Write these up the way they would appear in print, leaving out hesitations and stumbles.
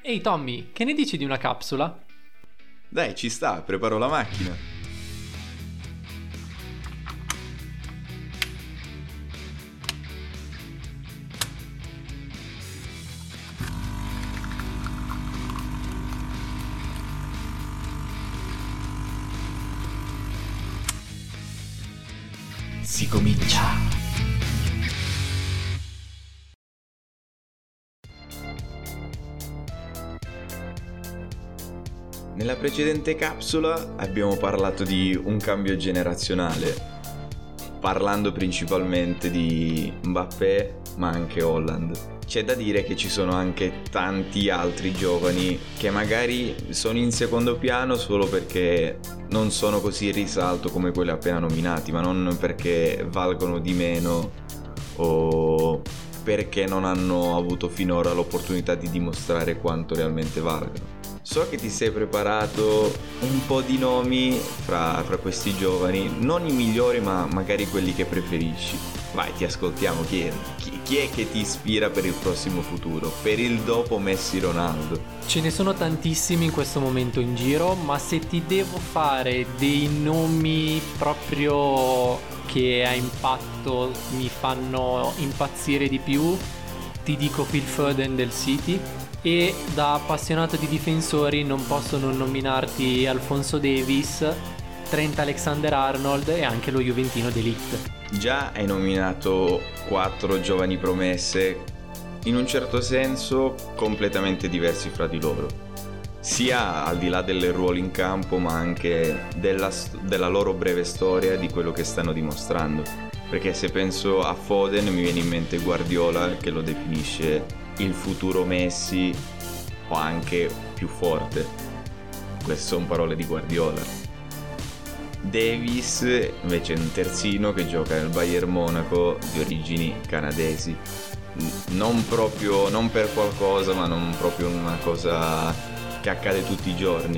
Ehi Tommy, che ne dici di una capsula? Dai, ci sta, preparo la macchina. Si comincia. Nella precedente capsula abbiamo parlato di un cambio generazionale, parlando principalmente di Mbappé, ma anche Haaland. C'è da dire che ci sono anche tanti altri giovani che magari sono in secondo piano solo perché non sono così in risalto come quelli appena nominati, ma non perché valgono di meno o perché non hanno avuto finora l'opportunità di dimostrare quanto realmente valgono. So che ti sei preparato un po' di nomi fra questi giovani, non i migliori ma magari quelli che preferisci. Vai, ti ascoltiamo, chi è che ti ispira per il prossimo futuro, per il dopo Messi-Ronaldo? Ce ne sono tantissimi in questo momento in giro, ma se ti devo fare dei nomi proprio che a impatto mi fanno impazzire di più, ti dico Phil Foden del City. E da appassionato di difensori non posso non nominarti Alphonso Davies, Trent Alexander-Arnold e anche lo juventino De Ligt. Già hai nominato 4 giovani promesse, in un certo senso completamente diversi fra di loro, sia al di là del ruolo in campo ma anche della loro breve storia, di quello che stanno dimostrando. Perché se penso a Foden mi viene in mente Guardiola che lo definisce il futuro Messi o anche più forte. Queste sono parole di Guardiola. Davies invece è un terzino che gioca nel Bayern Monaco, di origini canadesi. Non per qualcosa, ma non proprio una cosa che accade tutti i giorni.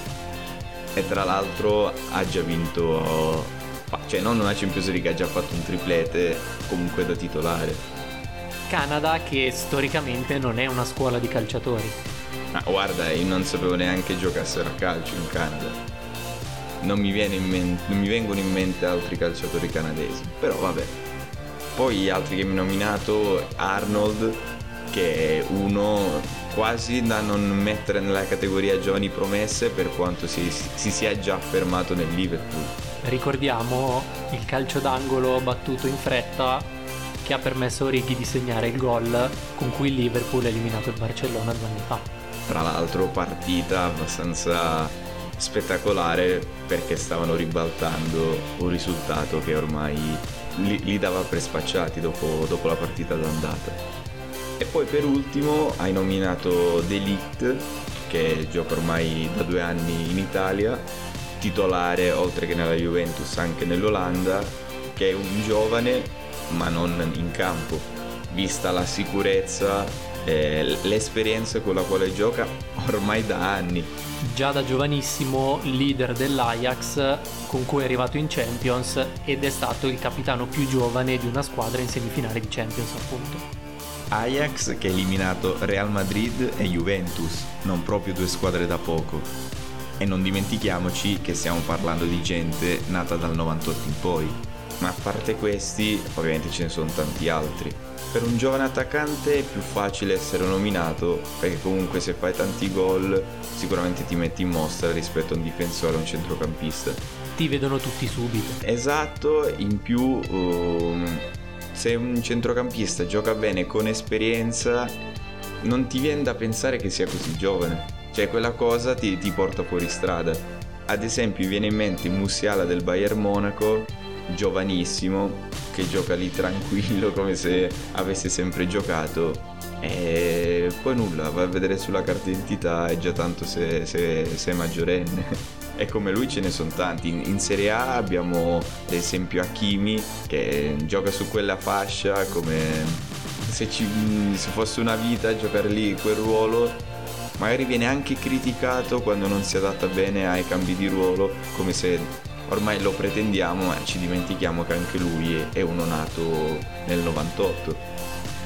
E tra l'altro ha già vinto, cioè non una Champions League, ha già fatto un triplete comunque da titolare. Canada che storicamente non è una scuola di calciatori. Ma guarda, io non sapevo neanche giocassero a calcio in Canada. Non mi vengono in mente altri calciatori canadesi, però vabbè. Poi gli altri che mi hai nominato, Arnold, che è uno quasi da non mettere nella categoria giovani promesse per quanto si sia già affermato nel Liverpool. Ricordiamo il calcio d'angolo battuto in fretta che ha permesso a Origi di segnare il gol con cui il Liverpool ha eliminato il Barcellona 2 anni fa. Tra l'altro partita abbastanza spettacolare perché stavano ribaltando un risultato che ormai li dava per spacciati dopo la partita d'andata. E poi per ultimo hai nominato De Ligt, che gioca ormai da 2 anni in Italia, titolare oltre che nella Juventus anche nell'Olanda, che è un giovane ma non in campo, vista la sicurezza e l'esperienza con la quale gioca ormai da anni. Già da giovanissimo leader dell'Ajax, con cui è arrivato in Champions ed è stato il capitano più giovane di una squadra in semifinale di Champions, appunto. Ajax che ha eliminato Real Madrid e Juventus, non proprio 2 squadre da poco. E non dimentichiamoci che stiamo parlando di gente nata dal 98 in poi. Ma a parte questi, ovviamente ce ne sono tanti altri. Per un giovane attaccante è più facile essere nominato, perché comunque se fai tanti gol sicuramente ti metti in mostra rispetto a un difensore o un centrocampista. Ti vedono tutti subito. Esatto, in più se un centrocampista gioca bene con esperienza non ti viene da pensare che sia così giovane. Cioè quella cosa ti porta fuori strada. Ad esempio viene in mente Musiala del Bayern Monaco, giovanissimo, che gioca lì tranquillo come se avesse sempre giocato, e poi nulla, vai a vedere sulla carta d'identità è già tanto se è maggiorenne. E come lui ce ne sono tanti. In Serie A abbiamo ad esempio Hakimi, che gioca su quella fascia come se fosse una vita a giocare lì quel ruolo. Magari viene anche criticato quando non si adatta bene ai cambi di ruolo, come se ormai lo pretendiamo, ma ci dimentichiamo che anche lui è uno nato nel 98.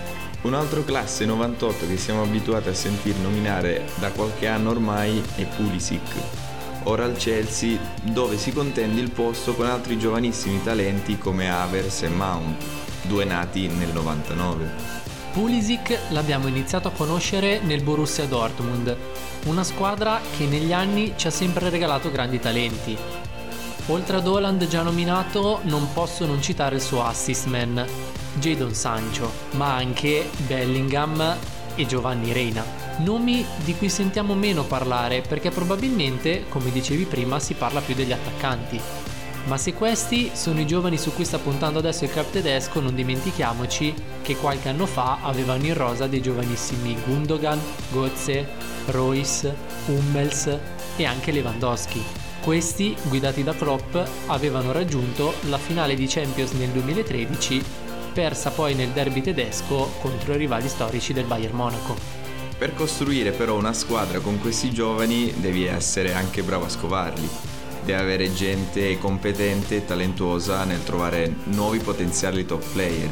Un altro classe 98 che siamo abituati a sentir nominare da qualche anno ormai è Pulisic, ora al Chelsea, dove si contende il posto con altri giovanissimi talenti come Havertz e Mount, due nati nel 99. Pulisic l'abbiamo iniziato a conoscere nel Borussia Dortmund, una squadra che negli anni ci ha sempre regalato grandi talenti. Oltre ad Haaland già nominato, non posso non citare il suo assist man, Jadon Sancho, ma anche Bellingham e Giovanni Reina. Nomi di cui sentiamo meno parlare perché probabilmente, come dicevi prima, si parla più degli attaccanti. Ma se questi sono i giovani su cui sta puntando adesso il club tedesco, non dimentichiamoci che qualche anno fa avevano in rosa dei giovanissimi Gundogan, Götze, Reus, Hummels e anche Lewandowski. Questi, guidati da Klopp, avevano raggiunto la finale di Champions nel 2013, persa poi nel derby tedesco contro i rivali storici del Bayern Monaco. Per costruire però una squadra con questi giovani devi essere anche bravo a scovarli. Deve avere gente competente e talentuosa nel trovare nuovi potenziali top player.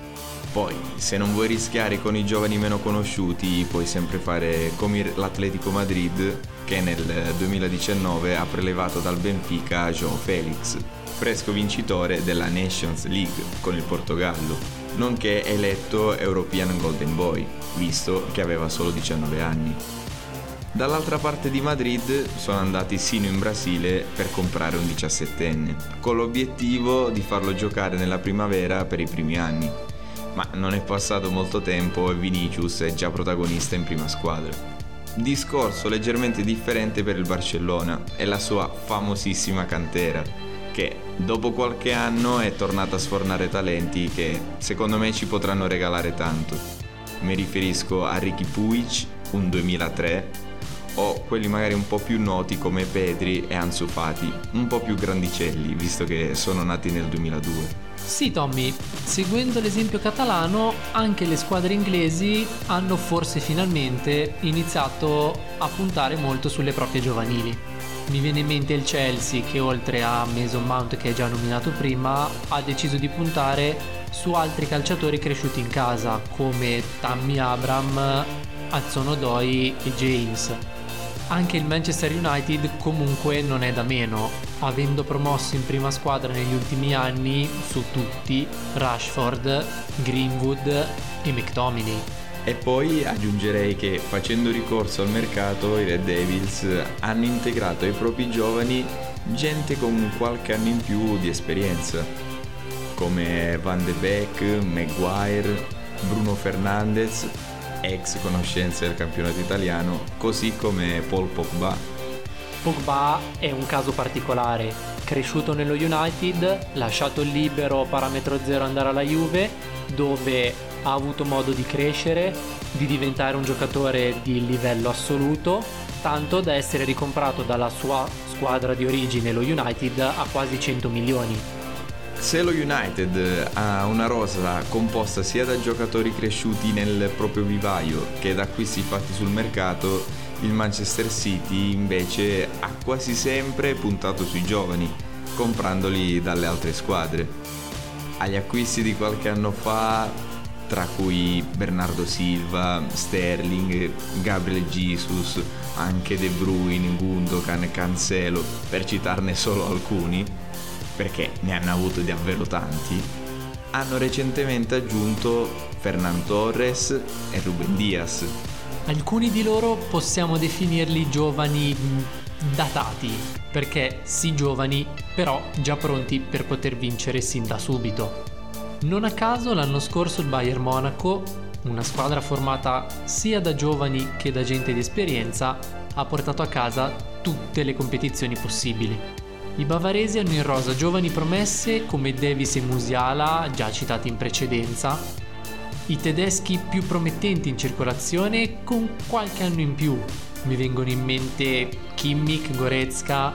Poi, se non vuoi rischiare con i giovani meno conosciuti, puoi sempre fare come l'Atletico Madrid, che nel 2019 ha prelevato dal Benfica João Félix, fresco vincitore della Nations League con il Portogallo, nonché eletto European Golden Boy, visto che aveva solo 19 anni. Dall'altra parte di Madrid sono andati sino in Brasile per comprare un 17enne, con l'obiettivo di farlo giocare nella primavera per i primi anni. Ma non è passato molto tempo e Vinicius è già protagonista in prima squadra. Discorso leggermente differente per il Barcellona e la sua famosissima cantera, che dopo qualche anno è tornata a sfornare talenti che secondo me ci potranno regalare tanto. Mi riferisco a Riqui Puig, un 2003, o quelli magari un po' più noti come Pedri e Ansu Fati, un po' più grandicelli visto che sono nati nel 2002. Sì Tommy, seguendo l'esempio catalano, anche le squadre inglesi hanno forse finalmente iniziato a puntare molto sulle proprie giovanili. Mi viene in mente il Chelsea che oltre a Mason Mount, che è già nominato prima, ha deciso di puntare su altri calciatori cresciuti in casa come Tammy Abraham, Hudson-Odoi e James. Anche il Manchester United comunque non è da meno, avendo promosso in prima squadra negli ultimi anni su tutti Rashford, Greenwood e McTominay. E poi aggiungerei che facendo ricorso al mercato i Red Devils hanno integrato ai propri giovani gente con qualche anno in più di esperienza, come Van de Beek, Maguire, Bruno Fernandes, ex conoscenze del campionato italiano, così come Paul Pogba. Pogba è un caso particolare, cresciuto nello United, lasciato libero parametro zero andare alla Juve, dove ha avuto modo di crescere, di diventare un giocatore di livello assoluto, tanto da essere ricomprato dalla sua squadra di origine, lo United, a quasi 100 milioni. Se lo United ha una rosa composta sia da giocatori cresciuti nel proprio vivaio che da acquisti fatti sul mercato, il Manchester City invece ha quasi sempre puntato sui giovani, comprandoli dalle altre squadre. Agli acquisti di qualche anno fa, tra cui Bernardo Silva, Sterling, Gabriel Jesus, anche De Bruyne, Gundogan, Cancelo, per citarne solo alcuni, perché ne hanno avuto davvero tanti, hanno recentemente aggiunto Fernan Torres e Ruben Dias. Alcuni di loro possiamo definirli giovani datati, perché sì giovani, però già pronti per poter vincere sin da subito. Non a caso l'anno scorso il Bayern Monaco, una squadra formata sia da giovani che da gente di esperienza, ha portato a casa tutte le competizioni possibili. I bavaresi hanno in rosa giovani promesse come Davis e Musiala, già citati in precedenza, i tedeschi più promettenti in circolazione con qualche anno in più. Mi vengono in mente Kimmich, Goretzka,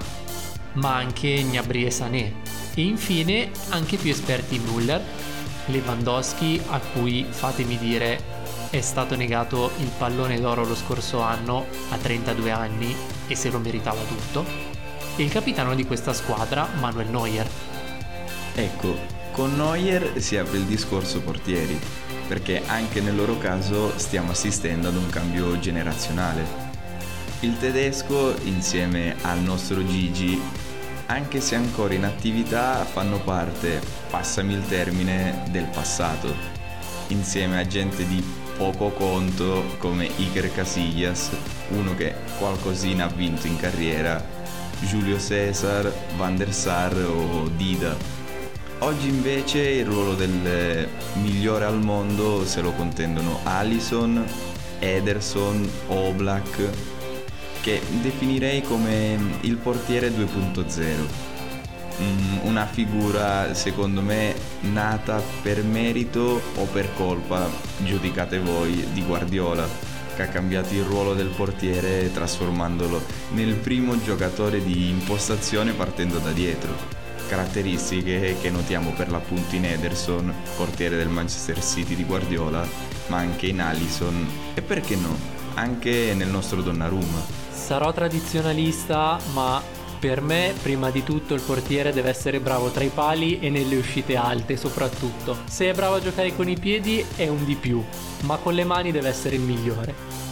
ma anche Gnabry e Sané. E infine anche più esperti Müller, Lewandowski, a cui, fatemi dire, è stato negato il pallone d'oro lo scorso anno a 32 anni e se lo meritava tutto, e il capitano di questa squadra, Manuel Neuer. Ecco, con Neuer si apre il discorso portieri. perché anche nel loro caso stiamo assistendo ad un cambio generazionale. Il tedesco, insieme al nostro Gigi, anche se ancora in attività, fanno parte, passami il termine, del passato, insieme a gente di poco conto come Iker Casillas, uno che qualcosina ha vinto in carriera, Julio César, Van der Sar o Dida. Oggi invece il ruolo del migliore al mondo se lo contendono Alisson, Ederson, Oblak, che definirei come il portiere 2.0. Una figura secondo me nata per merito o per colpa, giudicate voi, di Guardiola, che ha cambiato il ruolo del portiere trasformandolo nel primo giocatore di impostazione partendo da dietro. Caratteristiche che notiamo per l'appunto in Ederson, portiere del Manchester City di Guardiola, ma anche in Alisson e perché no, anche nel nostro Donnarumma. Sarò tradizionalista, ma per me prima di tutto il portiere deve essere bravo tra i pali e nelle uscite alte soprattutto. Se è bravo a giocare con i piedi è un di più, ma con le mani deve essere il migliore.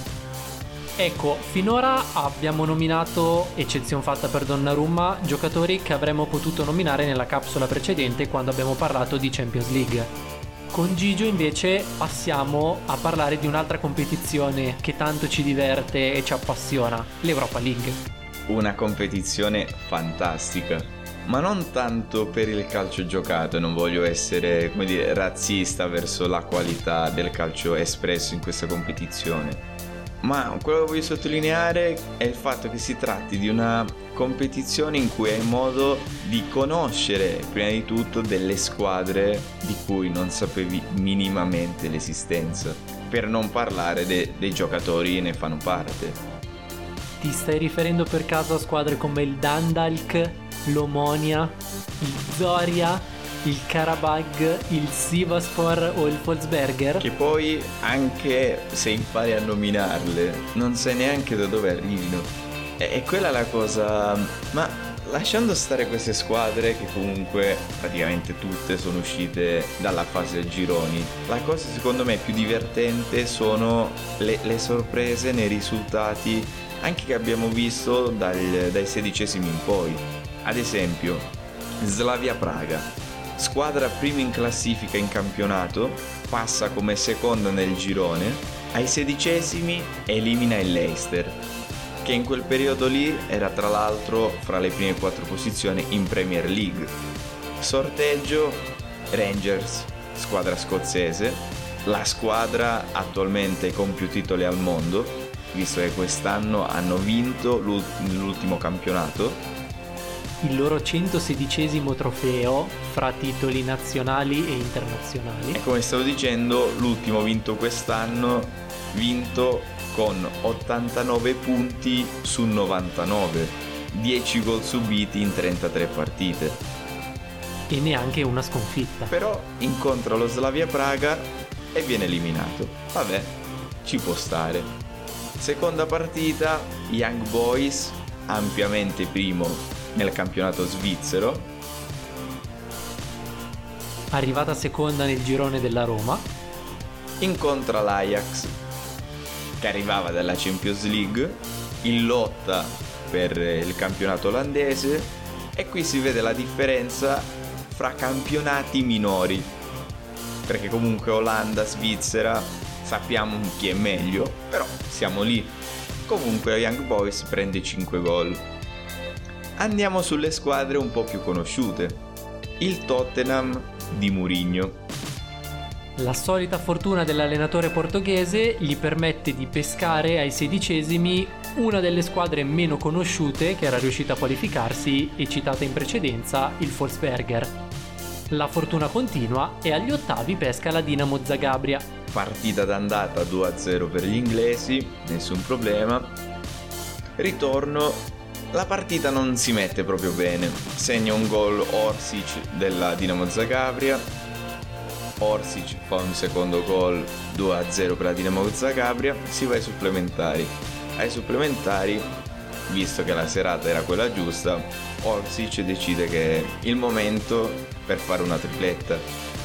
Ecco, finora abbiamo nominato, eccezion fatta per Donnarumma, giocatori che avremmo potuto nominare nella capsula precedente quando abbiamo parlato di Champions League. Con Gigio invece passiamo a parlare di un'altra competizione che tanto ci diverte e ci appassiona, l'Europa League. Una competizione fantastica, ma non tanto per il calcio giocato, non voglio essere, come dire, razzista verso la qualità del calcio espresso in questa competizione. Ma quello che voglio sottolineare è il fatto che si tratti di una competizione in cui hai modo di conoscere prima di tutto delle squadre di cui non sapevi minimamente l'esistenza, per non parlare dei giocatori che ne fanno parte. Ti stai riferendo per caso a squadre come il Dundalk, l'Omonia, il Zoria, il Karabag, il Sivasspor o il Wolfsberger? Che poi, anche se impari a nominarle, non sai neanche da dove arrivino. E quella è la cosa. Ma lasciando stare queste squadre, che comunque praticamente tutte sono uscite dalla fase a gironi, la cosa secondo me più divertente sono le sorprese nei risultati, anche che abbiamo visto dai 16esimi in poi. Ad esempio, Slavia Praga, squadra prima in classifica in campionato, passa come seconda nel girone, ai 16esimi elimina il Leicester, che in quel periodo lì era tra l'altro fra le prime 4 posizioni in Premier League. Sorteggio Rangers, squadra scozzese, la squadra attualmente con più titoli al mondo, visto che quest'anno hanno vinto l'ultimo campionato, il loro 116esimo trofeo fra titoli nazionali e internazionali. E come stavo dicendo, l'ultimo vinto quest'anno, vinto con 89 punti su 99, 10 gol subiti in 33 partite. E neanche una sconfitta. Però incontra lo Slavia Praga e viene eliminato. Vabbè, ci può stare. Seconda partita, Young Boys, ampiamente primo nel campionato svizzero, arrivata seconda nel girone della Roma, incontra l'Ajax, che arrivava dalla Champions League, in lotta per il campionato olandese, e qui si vede la differenza fra campionati minori, perché comunque Olanda, Svizzera, sappiamo chi è meglio, però siamo lì. Comunque la Young Boys prende 5 gol. Andiamo sulle squadre un po' più conosciute. Il Tottenham di Mourinho. La solita fortuna dell'allenatore portoghese gli permette di pescare ai 16esimi una delle squadre meno conosciute che era riuscita a qualificarsi e citata in precedenza, il Wolfsberger. La fortuna continua e agli ottavi pesca la Dinamo Zagabria. Partita d'andata 2-0 per gli inglesi, nessun problema. Ritorno. La partita non si mette proprio bene, segna un gol Orsic della Dinamo Zagabria, Orsic fa un secondo gol, 2-0 per la Dinamo Zagabria, si va ai supplementari. Ai supplementari, visto che la serata era quella giusta, Orsic decide che è il momento per fare una tripletta.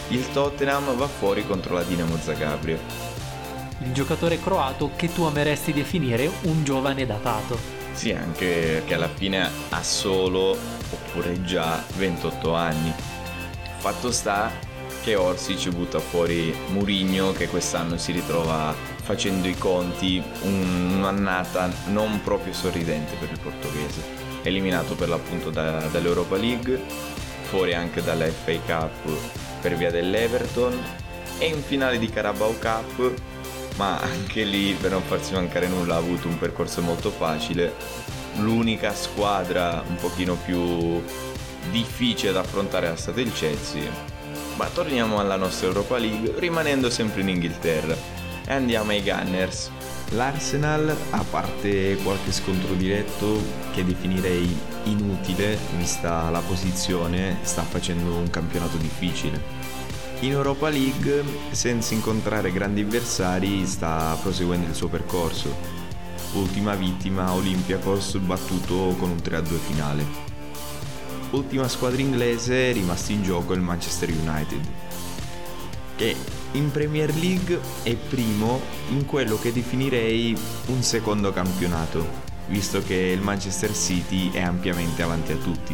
il Tottenham va fuori contro la Dinamo Zagabria. Il giocatore croato che tu ameresti definire un giovane datato. Sì, anche che alla fine ha solo, oppure già, 28 anni. Fatto sta che Orsic butta fuori Mourinho, che quest'anno si ritrova facendo i conti, un'annata non proprio sorridente per il portoghese. Eliminato per l'appunto dall'Europa League, fuori anche dalla FA Cup per via dell'Everton e in finale di Carabao Cup, ma anche lì, per non farsi mancare nulla, ha avuto un percorso molto facile. L'unica squadra un pochino più difficile da affrontare è stata il Chelsea. Ma torniamo alla nostra Europa League, rimanendo sempre in Inghilterra, e andiamo ai Gunners. L'Arsenal, a parte qualche scontro diretto che definirei inutile vista la posizione, sta facendo un campionato difficile. In Europa League, senza incontrare grandi avversari, sta proseguendo il suo percorso. Ultima vittima Olympiacos, battuto con un 3-2 finale. Ultima squadra inglese rimasta in gioco il Manchester United, che in Premier League è primo in quello che definirei un secondo campionato, visto che il Manchester City è ampiamente avanti a tutti.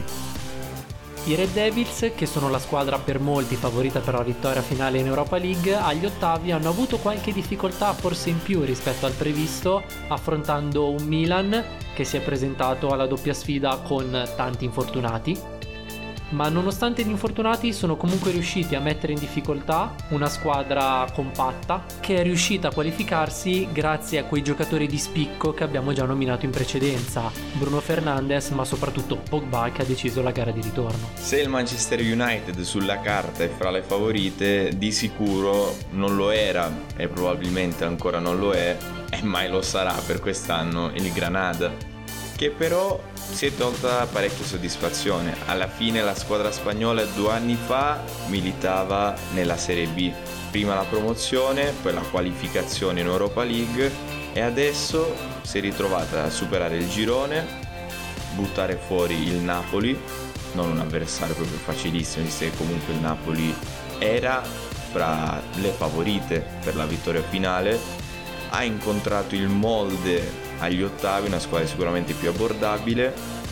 I Red Devils, che sono la squadra per molti favorita per la vittoria finale in Europa League, agli ottavi hanno avuto qualche difficoltà forse in più rispetto al previsto, affrontando un Milan che si è presentato alla doppia sfida con tanti infortunati. Ma nonostante gli infortunati sono comunque riusciti a mettere in difficoltà una squadra compatta che è riuscita a qualificarsi grazie a quei giocatori di spicco che abbiamo già nominato in precedenza, Bruno Fernandes, ma soprattutto Pogba, che ha deciso la gara di ritorno. Se il Manchester United sulla carta è fra le favorite, di sicuro non lo era e probabilmente ancora non lo è, e mai lo sarà per quest'anno il Granada, che però si è tolta parecchia soddisfazione. Alla fine la squadra spagnola 2 anni fa militava nella Serie B, prima la promozione, poi la qualificazione in Europa League, e adesso si è ritrovata a superare il girone, buttare fuori il Napoli, non un avversario proprio facilissimo, visto che comunque il Napoli era fra le favorite per la vittoria finale. Ha incontrato il Molde agli ottavi, una squadra sicuramente più abbordabile,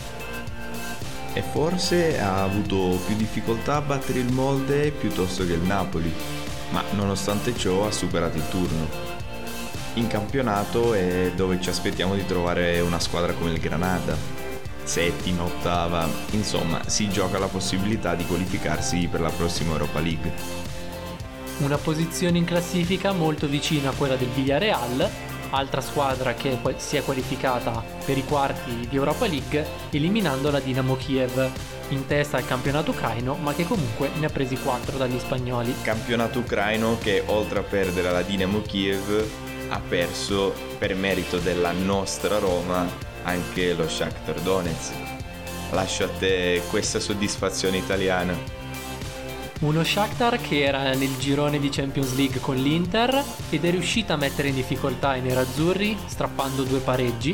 e forse ha avuto più difficoltà a battere il Molde piuttosto che il Napoli, ma nonostante ciò ha superato il turno. In campionato è dove ci aspettiamo di trovare una squadra come il Granada, settima, ottava, insomma si gioca la possibilità di qualificarsi per la prossima Europa League. Una posizione in classifica molto vicina a quella del Villarreal, altra squadra che si è qualificata per i quarti di Europa League, eliminando la Dinamo Kiev, in testa al campionato ucraino, ma che comunque ne ha presi 4 dagli spagnoli. Campionato ucraino che, oltre a perdere alla Dinamo Kiev, ha perso, per merito della nostra Roma, anche lo Shakhtar Donetsk. Lascio a te questa soddisfazione italiana. Uno Shakhtar che era nel girone di Champions League con l'Inter ed è riuscita a mettere in difficoltà i nerazzurri strappando 2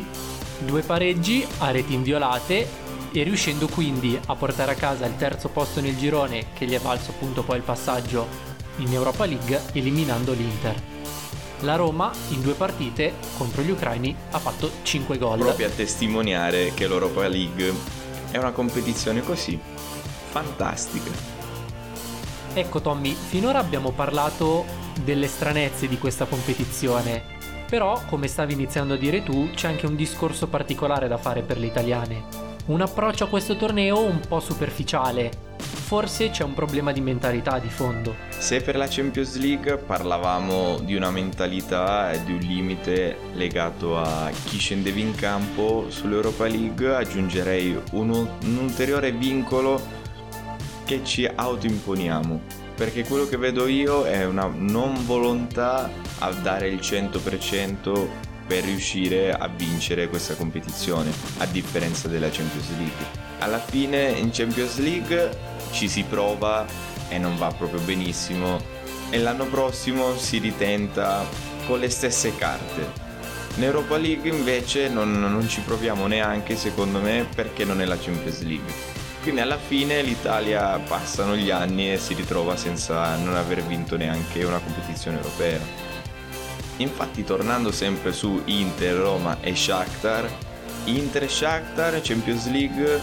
pareggi a reti inviolate e riuscendo quindi a portare a casa il terzo posto nel girone, che gli è valso appunto poi il passaggio in Europa League, eliminando l'Inter. La Roma in 2 partite contro gli ucraini ha fatto 5 gol. Proprio a testimoniare che l'Europa League è una competizione così fantastica. Ecco Tommy, finora abbiamo parlato delle stranezze di questa competizione, però come stavi iniziando a dire tu c'è anche un discorso particolare da fare per le italiane. Un approccio a questo torneo un po' superficiale, forse c'è un problema di mentalità di fondo. Se per la Champions League parlavamo di una mentalità e di un limite legato a chi scendeva in campo, sull'Europa League aggiungerei un ulteriore vincolo che ci autoimponiamo, perché quello che vedo io è una non volontà a dare il 100% per riuscire a vincere questa competizione, a differenza della Champions League. Alla fine in Champions League ci si prova e non va proprio benissimo, e l'anno prossimo si ritenta con le stesse carte. In Europa League invece non ci proviamo neanche, secondo me, perché non è la Champions League. Quindi alla fine l'Italia passano gli anni e si ritrova senza non aver vinto neanche una competizione europea. Infatti, tornando sempre su Inter, Roma e Shakhtar, Inter e Shakhtar Champions League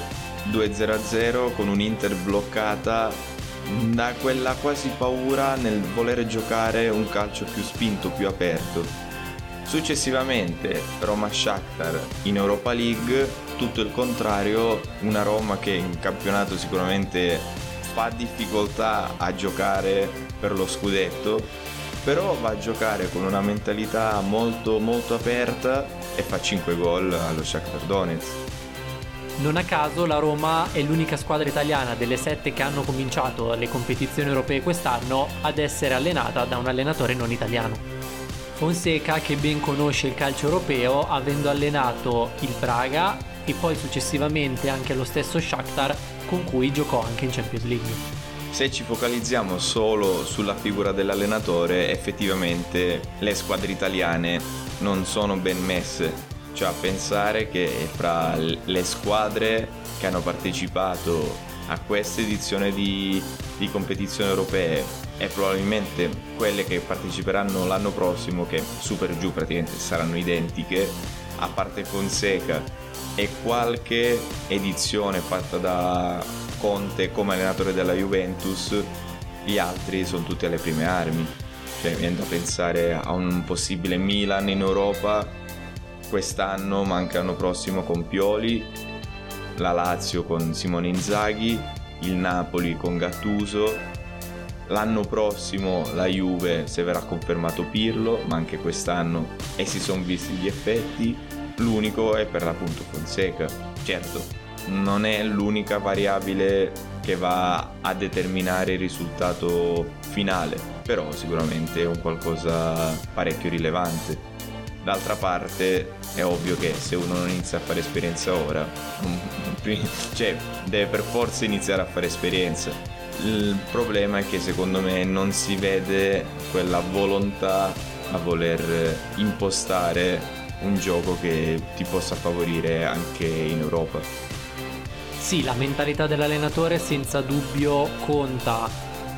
2-0 con un'Inter bloccata da quella quasi paura nel voler giocare un calcio più spinto, più aperto. Successivamente Roma-Shakhtar in Europa League, tutto il contrario, una Roma che in campionato sicuramente fa difficoltà a giocare per lo scudetto, però va a giocare con una mentalità molto molto aperta e fa 5 gol allo Shakhtar Donetsk. Non a caso la Roma è l'unica squadra italiana delle 7 che hanno cominciato le competizioni europee quest'anno ad essere allenata da un allenatore non italiano. Fonseca, che ben conosce il calcio europeo, avendo allenato il Braga e poi successivamente anche lo stesso Shakhtar, con cui giocò anche in Champions League. Se ci focalizziamo solo sulla figura dell'allenatore, effettivamente le squadre italiane non sono ben messe. Cioè, a pensare che fra le squadre che hanno partecipato a questa edizione di competizioni europee e probabilmente quelle che parteciperanno l'anno prossimo, che su per giù praticamente saranno identiche, a parte Fonseca e qualche edizione fatta da Conte come allenatore della Juventus, gli altri sono tutti alle prime armi. Cioè, viene da pensare a un possibile Milan in Europa quest'anno, ma anche l'anno prossimo con Pioli, la Lazio con Simone Inzaghi, il Napoli con Gattuso, l'anno prossimo la Juve se verrà confermato Pirlo, ma anche quest'anno e si sono visti gli effetti. L'unico è per l'appunto Fonseca. Certo, non è l'unica variabile che va a determinare il risultato finale, però sicuramente è un qualcosa parecchio rilevante. D'altra parte è ovvio che se uno non inizia a fare esperienza ora, cioè deve per forza iniziare a fare esperienza. Il problema è che secondo me non si vede quella volontà a voler impostare un gioco che ti possa favorire anche in Europa. Sì, la mentalità dell'allenatore senza dubbio conta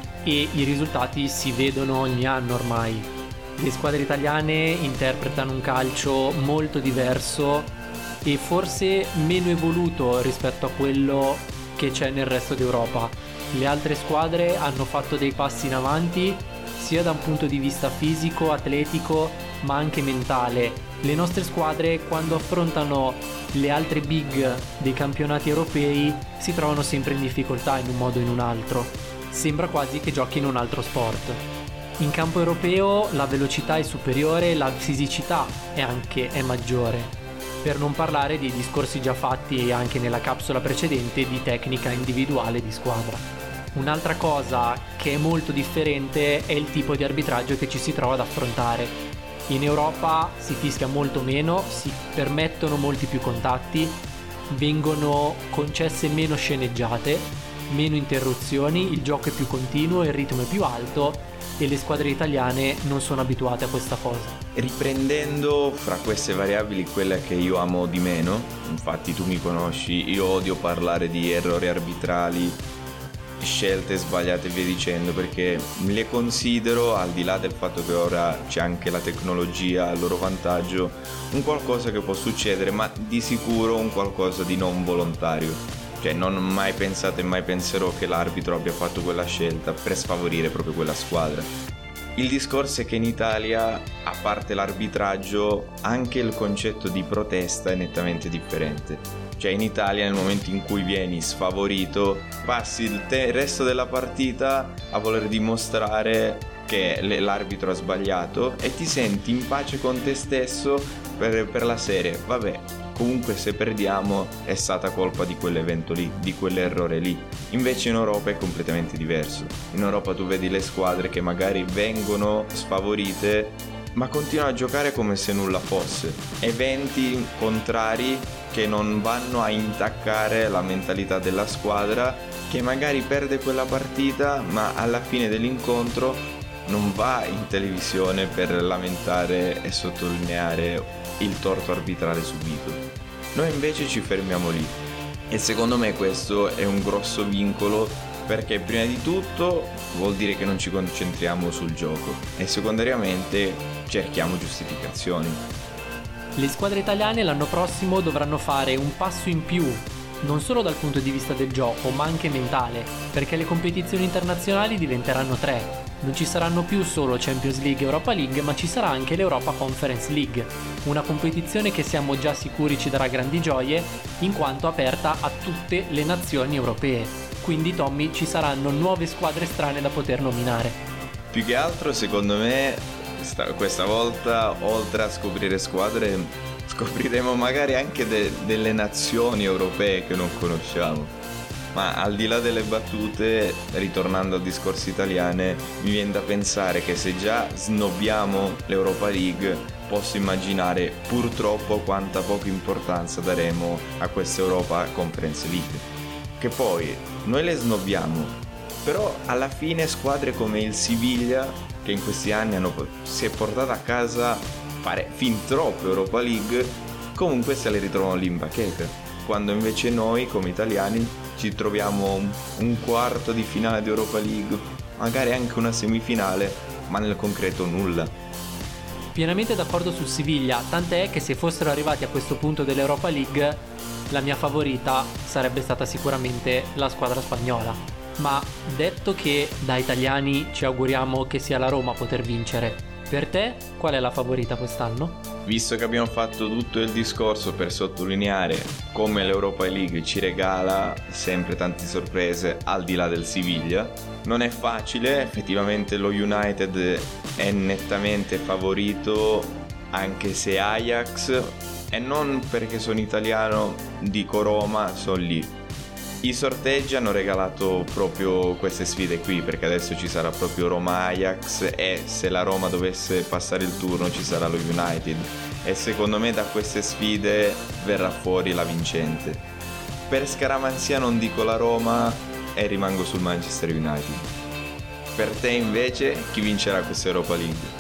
e i risultati si vedono ogni anno ormai. Le squadre italiane interpretano un calcio molto diverso e forse meno evoluto rispetto a quello che c'è nel resto d'Europa. Le altre squadre hanno fatto dei passi in avanti sia da un punto di vista fisico, atletico, ma anche mentale. Le nostre squadre, quando affrontano le altre big dei campionati europei, si trovano sempre in difficoltà in un modo o in un altro. Sembra quasi che giochino un altro sport. In campo europeo la velocità è superiore, la fisicità è maggiore, per non parlare dei discorsi già fatti anche nella capsula precedente di tecnica individuale di squadra. Un'altra cosa che è molto differente è il tipo di arbitraggio che ci si trova ad affrontare. In Europa si fischia molto meno, si permettono molti più contatti, vengono concesse meno sceneggiate, meno interruzioni, il gioco è più continuo, il ritmo è più alto e le squadre italiane non sono abituate a questa cosa. Riprendendo fra queste variabili quella che io amo di meno, infatti tu mi conosci, io odio parlare di errori arbitrali, scelte sbagliate e via dicendo, perché le considero, al di là del fatto che ora c'è anche la tecnologia a loro vantaggio, un qualcosa che può succedere, ma di sicuro un qualcosa di non volontario. Cioè, non ho mai pensato e mai penserò che l'arbitro abbia fatto quella scelta per sfavorire proprio quella squadra. Il discorso è che in Italia, a parte l'arbitraggio, anche il concetto di protesta è nettamente differente. Cioè, in Italia, nel momento in cui vieni sfavorito, passi il resto della partita a voler dimostrare che l'arbitro ha sbagliato e ti senti in pace con te stesso per la serie. Vabbè, comunque se perdiamo è stata colpa di quell'evento lì, di quell'errore lì. Invece in Europa è completamente diverso. In Europa tu vedi le squadre che magari vengono sfavorite ma continuano a giocare come se nulla fosse. Eventi contrari che non vanno a intaccare la mentalità della squadra, che magari perde quella partita ma alla fine dell'incontro non va in televisione per lamentare e sottolineare il torto arbitrale subito. Noi invece ci fermiamo lì. E secondo me questo è un grosso vincolo, perché prima di tutto vuol dire che non ci concentriamo sul gioco e secondariamente cerchiamo giustificazioni. Le squadre italiane l'anno prossimo dovranno fare un passo in più, non solo dal punto di vista del gioco, ma anche mentale, perché le competizioni internazionali diventeranno 3. Non ci saranno più solo Champions League e Europa League, ma ci sarà anche l'Europa Conference League, una competizione che siamo già sicuri ci darà grandi gioie, in quanto aperta a tutte le nazioni europee. Quindi, Tommy, ci saranno nuove squadre strane da poter nominare. Più che altro, secondo me, questa volta, oltre a scoprire squadre, scopriremo magari anche delle nazioni europee che non conosciamo. Ma al di là delle battute, ritornando a discorsi italiane, mi viene da pensare che se già snobbiamo l'Europa League, posso immaginare purtroppo quanta poca importanza daremo a questa Europa Conference League. Che poi noi le snobbiamo, però alla fine squadre come il Siviglia, che in questi anni si è portata a casa fare fin troppo Europa League, comunque se le ritrovano lì in bacheca, quando invece noi come italiani ci troviamo un quarto di finale di Europa League, magari anche una semifinale, ma nel concreto nulla. Pienamente d'accordo sul Siviglia, tant'è che se fossero arrivati a questo punto dell'Europa League, la mia favorita sarebbe stata sicuramente la squadra spagnola. Ma detto che da italiani ci auguriamo che sia la Roma a poter vincere, per te qual è la favorita quest'anno? Visto che abbiamo fatto tutto il discorso per sottolineare come l'Europa League ci regala sempre tante sorprese al di là del Siviglia, non è facile, effettivamente lo United è nettamente favorito, anche se Ajax, e non perché sono italiano dico Roma, sono lì. I sorteggi hanno regalato proprio queste sfide qui, perché adesso ci sarà proprio Roma-Ajax e se la Roma dovesse passare il turno ci sarà lo United, e secondo me da queste sfide verrà fuori la vincente. Per scaramanzia non dico la Roma e rimango sul Manchester United. Per te invece chi vincerà questa Europa League?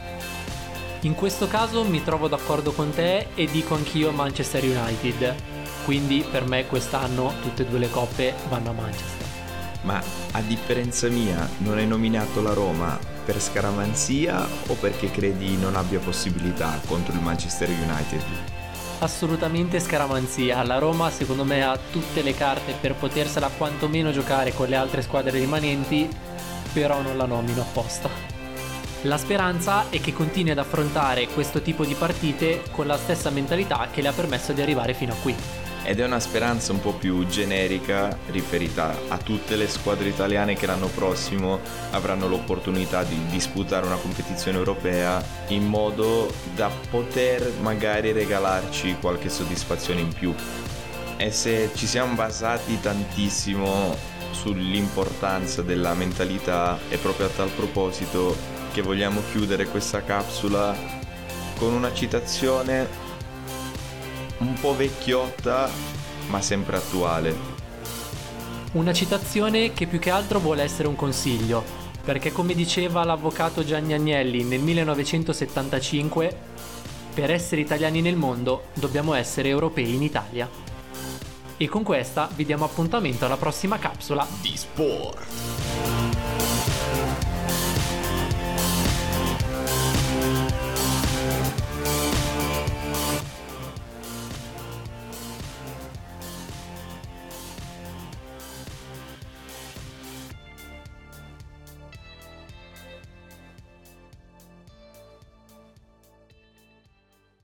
In questo caso mi trovo d'accordo con te e dico anch'io Manchester United. Quindi per me quest'anno tutte e due le coppe vanno a Manchester. Ma a differenza mia, non hai nominato la Roma per scaramanzia o perché credi non abbia possibilità contro il Manchester United? Assolutamente scaramanzia. La Roma secondo me ha tutte le carte per potersela quantomeno giocare con le altre squadre rimanenti, però non la nomino apposta. La speranza è che continui ad affrontare questo tipo di partite con la stessa mentalità che le ha permesso di arrivare fino a qui. Ed è una speranza un po' più generica riferita a tutte le squadre italiane che l'anno prossimo avranno l'opportunità di disputare una competizione europea, in modo da poter magari regalarci qualche soddisfazione in più. E se ci siamo basati tantissimo sull'importanza della mentalità, è proprio a tal proposito che vogliamo chiudere questa capsula con una citazione un po' vecchiotta ma sempre attuale. Una citazione che più che altro vuole essere un consiglio, perché come diceva l'avvocato Gianni Agnelli nel 1975, per essere italiani nel mondo dobbiamo essere europei in Italia. E con questa vi diamo appuntamento alla prossima capsula di Sport.